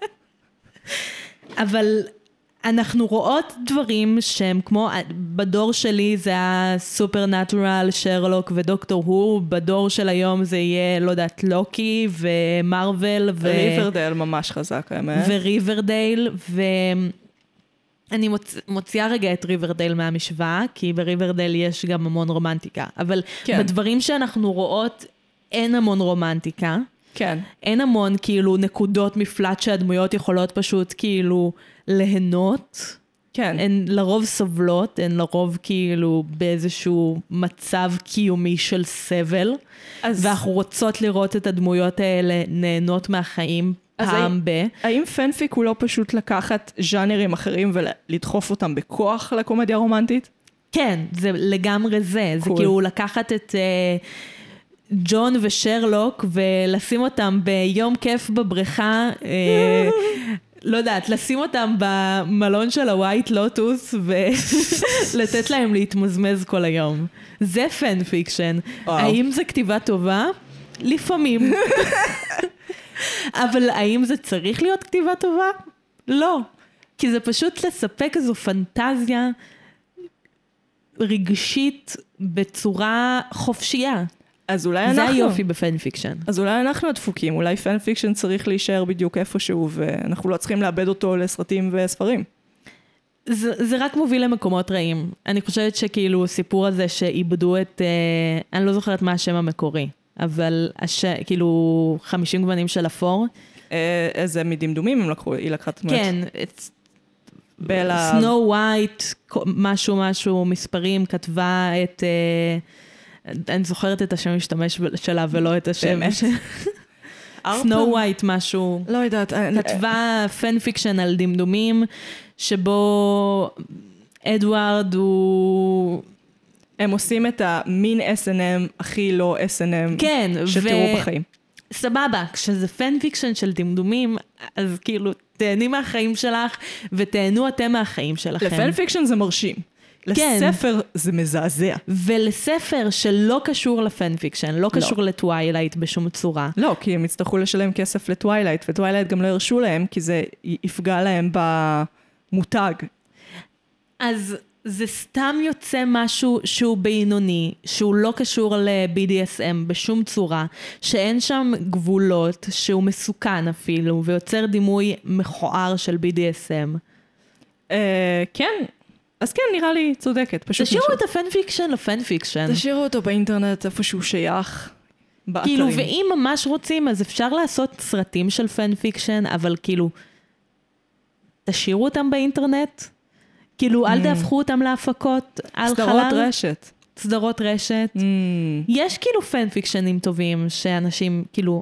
אבל אנחנו רואות דברים שהם כמו, בדור שלי זה הסופרנטורל, שרלוק ודוקטור הו, בדור של היום זה יהיה, לא יודעת, לוקי ומרוול ו... ריברדייל ממש חזק, האמת. וריברדייל, ואני מוצ... מוציאה רגע את ריברדייל מהמשוואה, כי בריברדייל יש גם המון רומנטיקה, אבל כן. בדברים שאנחנו רואות אין המון רומנטיקה. כן. אין המון כאילו נקודות מפלט שהדמויות יכולות פשוט כאילו ליהנות. כן. הן לרוב סובלות, הן לרוב כאילו באיזשהו מצב קיומי של סבל. אז... ואנחנו רוצות לראות את הדמויות האלה נהנות מהחיים פעם ב. האם פנפיק הוא לא פשוט לקחת ז'אנרים אחרים ולדחוף אותם בכוח לקומדיה רומנטית? כן, זה לגמרי זה. cool. זה כאילו לקחת את... Uh, ג'ון ושרלוק, ולשים אותם ביום כיף בבריכה, אה, לא יודעת, לשים אותם במלון של הווייט לוטוס, ולתת להם להתמזמז כל היום. זה פן פיקשן. האם זה כתיבה טובה? לפעמים. אבל האם זה צריך להיות כתיבה טובה? לא. כי זה פשוט לספק איזו פנטזיה רגשית בצורה חופשייה. אז אולי אנחנו... זה היופי בפן פיקשן. אז אולי אנחנו הדפוקים, אולי פן פיקשן צריך להישאר בדיוק איפשהו, ואנחנו לא צריכים לאבד אותו לסרטים וספרים. זה, זה רק מוביל למקומות רעים. אני חושבת שכאילו הסיפור הזה שאיבדו את, אה, אני לא זוכרת מה השם המקורי, אבל הש, כאילו חמישים גוונים של אפור. אה, איזה מדמדומים הם לקחו, היא לקחה את דמות. כן, בלה... סנו ווייט, משהו משהו, מספרים, כתבה את... אה, אני זוכרת את השם משתמש שלה ולא את השם. סנו ווייט משהו. לא יודעת. כתבה פן פיקשן על דמדומים, שבו אדוארד הוא... הם עושים את המין אס אן אם הכי לא אס אן אם כן, שתראו בחיים. סבבה, כשזה פן פיקשן של דמדומים, אז כאילו תהני מהחיים שלך ותהנו אתם מהחיים שלכם. לפן פיקשן זה מרשים. לספר זה מזעזע. ולספר שלא קשור לפן פיקשן, לא קשור לטווילייט בשום צורה. לא, כי הם יצטרכו לשלם כסף לטווילייט, וטווילייט גם לא הרשו להם, כי זה יפגע להם במותג. אז זה סתם יוצא משהו שהוא בינוני, שהוא לא קשור ל-בי די אס אם בשום צורה, שאין שם גבולות, שהוא מסוכן אפילו, ויוצר דימוי מכוער של בי די אס אם. כן, אז כן, נראה לי צודקת. תשאירו את הפן פיקשן לפן פיקשן. תשאירו אותו באינטרנט, איפה שהוא שייך, באתרים. כאילו, ואם ממש רוצים, אז אפשר לעשות סרטים של פן פיקשן, אבל כאילו, תשאירו אותם באינטרנט. כאילו, אל תהפכו אותם להפקות על חלל. סדרות רשת. סדרות רשת. יש כאילו פן פיקשנים טובים, שאנשים כאילו...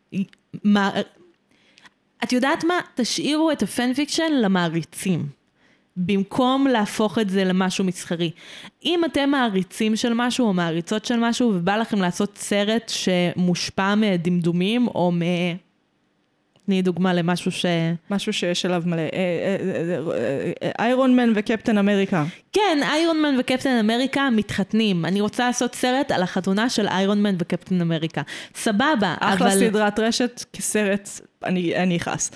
את יודעת מה? תשאירו את הפן פיקשן למעריצים. במקום להפוך את זה למשהו מסחרי. אם אתם מעריצים של משהו או מעריצות של משהו, ובא לכם לעשות סרט שמושפע מדמדומים, או מ... תני דוגמה למשהו ש... משהו שיש עליו מלא. איירון מן וקפטן אמריקה. כן, איירון מן וקפטן אמריקה מתחתנים. אני רוצה לעשות סרט על החתונה של איירון מן וקפטן אמריקה. סבבה, אחלה אבל... סדרת רשת כסרט, אני, אני אכעס.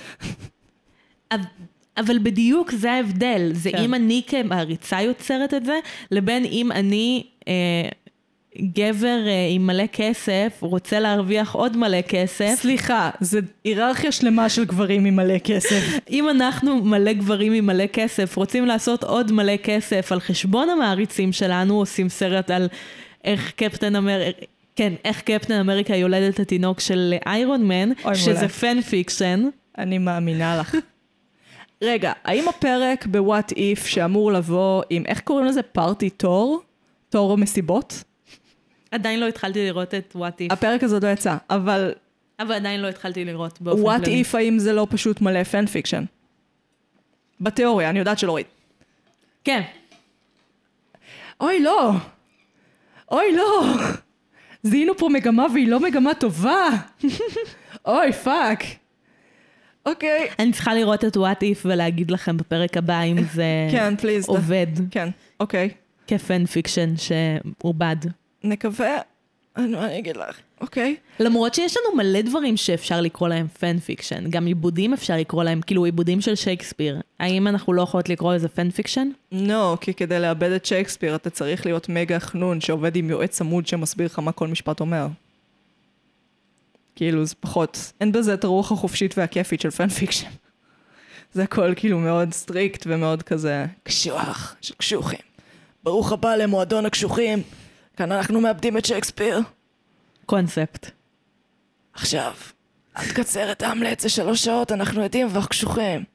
אבל בדיוק זה ההבדל. זה כן. אם אני כמעריצה יוצרת את זה, לבין אם אני... אה, גבר אה, עם מלא כסף רוצה להרוויח עוד מלא כסף. סליחה, זה היררכיה שלמה של גברים עם מלא כסף. אם אנחנו מלא גברים עם מלא כסף רוצים לעשות עוד מלא כסף על חשבון המעריצים שלנו, עושים סרט על איך קפטן אמריקה, כן, איך קפטן אמריקה יולדת התינוק של איירון מן, שזה פן פיקשן. אני מאמינה לך. רגע, האם הפרק ב-What If שאמור לבוא עם, איך קוראים לזה? פארטי טור? טור מסיבות? עדיין לא התחלתי לראות את What If. הפרק הזה לא יצא, אבל... אבל עדיין לא התחלתי לראות באופן What כללי. If האם זה לא פשוט מלא פן פיקשן? בתיאוריה, אני יודעת שלא ראית. כן. אוי, לא. אוי, לא. זיהינו פה מגמה והיא לא מגמה טובה. אוי, פאק. אוקיי. אני צריכה לראות את What If ולהגיד לכם בפרק הבא אם זה כן, פליז. עובד כן, אוקיי. כפן פיקשן שעובד. נקווה, אני אני אגיד לך, אוקיי. למרות שיש לנו מלא דברים שאפשר לקרוא להם פן פיקשן, גם עיבודים אפשר לקרוא להם, כאילו עיבודים של שייקספיר. האם אנחנו לא יכולות לקרוא לזה פן פיקשן? לא, כי כדי לאבד את שייקספיר אתה צריך להיות מגה חנון שעובד עם יועץ עמוד שמסביר לך מה כל משפט אומר. כאילו זה פחות, אין בזה את הרוח החופשית והכיפית של פן פיקשן. זה הכל כאילו מאוד סטריקט ומאוד כזה קשוח של קשוחים. ברוך הבא למועדון הקשוחים, כאן אנחנו מאבדים את שייקספיר. קונספט. עכשיו, אל תקצר את האמלט, זה שלוש שעות, אנחנו יודעים ואנחנו קשוחים.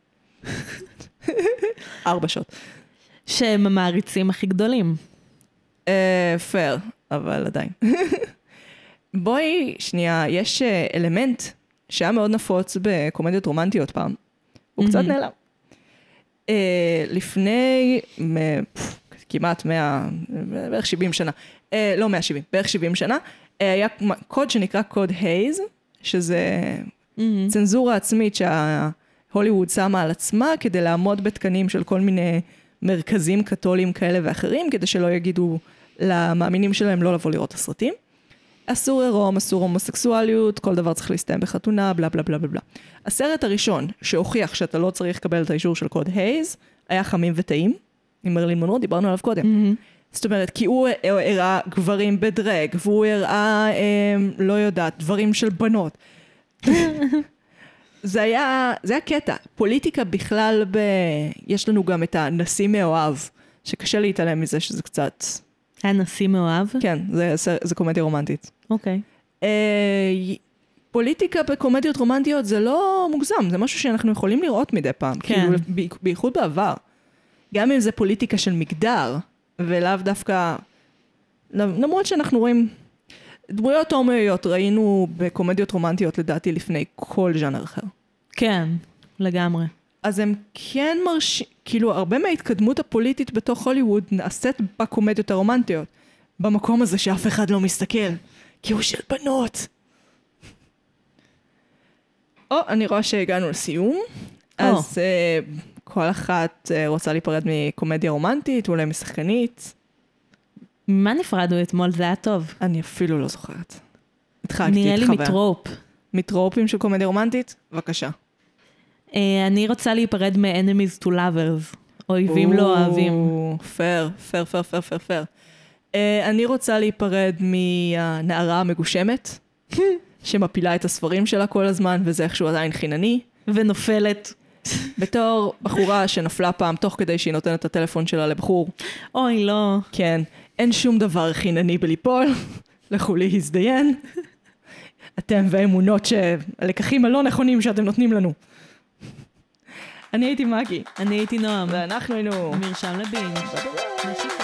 ארבע שעות. שהם המעריצים הכי גדולים. אה, פייר, אבל עדיין. בואי, שנייה, יש אלמנט שהיה מאוד נפוץ בקומדיות רומנטיות פעם. הוא קצת נעלם. אה, לפני פף, כמעט מאה, בערך שבעים שנה, אה, לא מאה שבעים, בערך שבעים שנה, אה, היה קוד שנקרא קוד הייז, שזה צנזורה עצמית שההוליווד שמה על עצמה, כדי לעמוד בתקנים של כל מיני מרכזים קתולים כאלה ואחרים, כדי שלא יגידו למאמינים שלהם לא לבוא לראות את הסרטים. אסור עירום, אסור הומוסקסואליות, כל דבר צריך להסתיים בחתונה, בלה בלה בלה בלה. הסרט הראשון שהוכיח שאתה לא צריך לקבל את האישור של קוד הייז, היה חמים וטעים, עם מרלין מונרו, דיברנו עליו קודם. Mm-hmm. זאת אומרת, כי הוא הראה גברים בדרג, והוא הראה, אה, לא יודעת, דברים של בנות. זה היה, זה היה קטע. פוליטיקה בכלל, ב... יש לנו גם את הנשיא מאוהב, שקשה להתעלם מזה שזה קצת... הנשיא מאוהב? כן, זה, זה, זה קומדיה רומנטית. אוקיי. אה, פוליטיקה בקומדיות רומנטיות זה לא מוגזם, זה משהו שאנחנו יכולים לראות מדי פעם. כן. כאילו, בייחוד בעבר. גם אם זה פוליטיקה של מגדר, ולאו דווקא... למרות שאנחנו רואים... דמויות הומואיות ראינו בקומדיות רומנטיות לדעתי לפני כל ז'אנר אחר. כן, לגמרי. אז הם כן מרשים... כאילו, הרבה מההתקדמות הפוליטית בתוך הוליווד נעשית בקומדיות הרומנטיות. במקום הזה שאף אחד לא מסתכל. כי הוא של בנות. או, אני רואה שהגענו לסיום. אז uh, כל אחת uh, רוצה להיפרד מקומדיה רומנטית, אולי משחקנית. ממה נפרדנו אתמול? זה היה טוב. אני אפילו לא זוכרת. התחלתי, נראה לי מטרופ. מטרופים של קומדיה רומנטית? בבקשה. Uh, אני רוצה להיפרד מ-enemies to lovers. אויבים לא אוהבים. פייר, פייר, פייר, פייר, פייר, פייר. אני רוצה להיפרד מהנערה המגושמת, שמפילה את הספרים שלה כל הזמן, וזה איכשהו עדיין חינני. ונופלת. בתור בחורה שנפלה פעם, תוך כדי שהיא נותנת את הטלפון שלה לבחור. אוי, לא. כן, אין שום דבר חינני בליפול. לכו להזדיין. אתם והאמונות שהלקחים הלא נכונים שאתם נותנים לנו. אני הייתי מגי. אני הייתי נועם. ואנחנו היינו... מרשם לבינג'.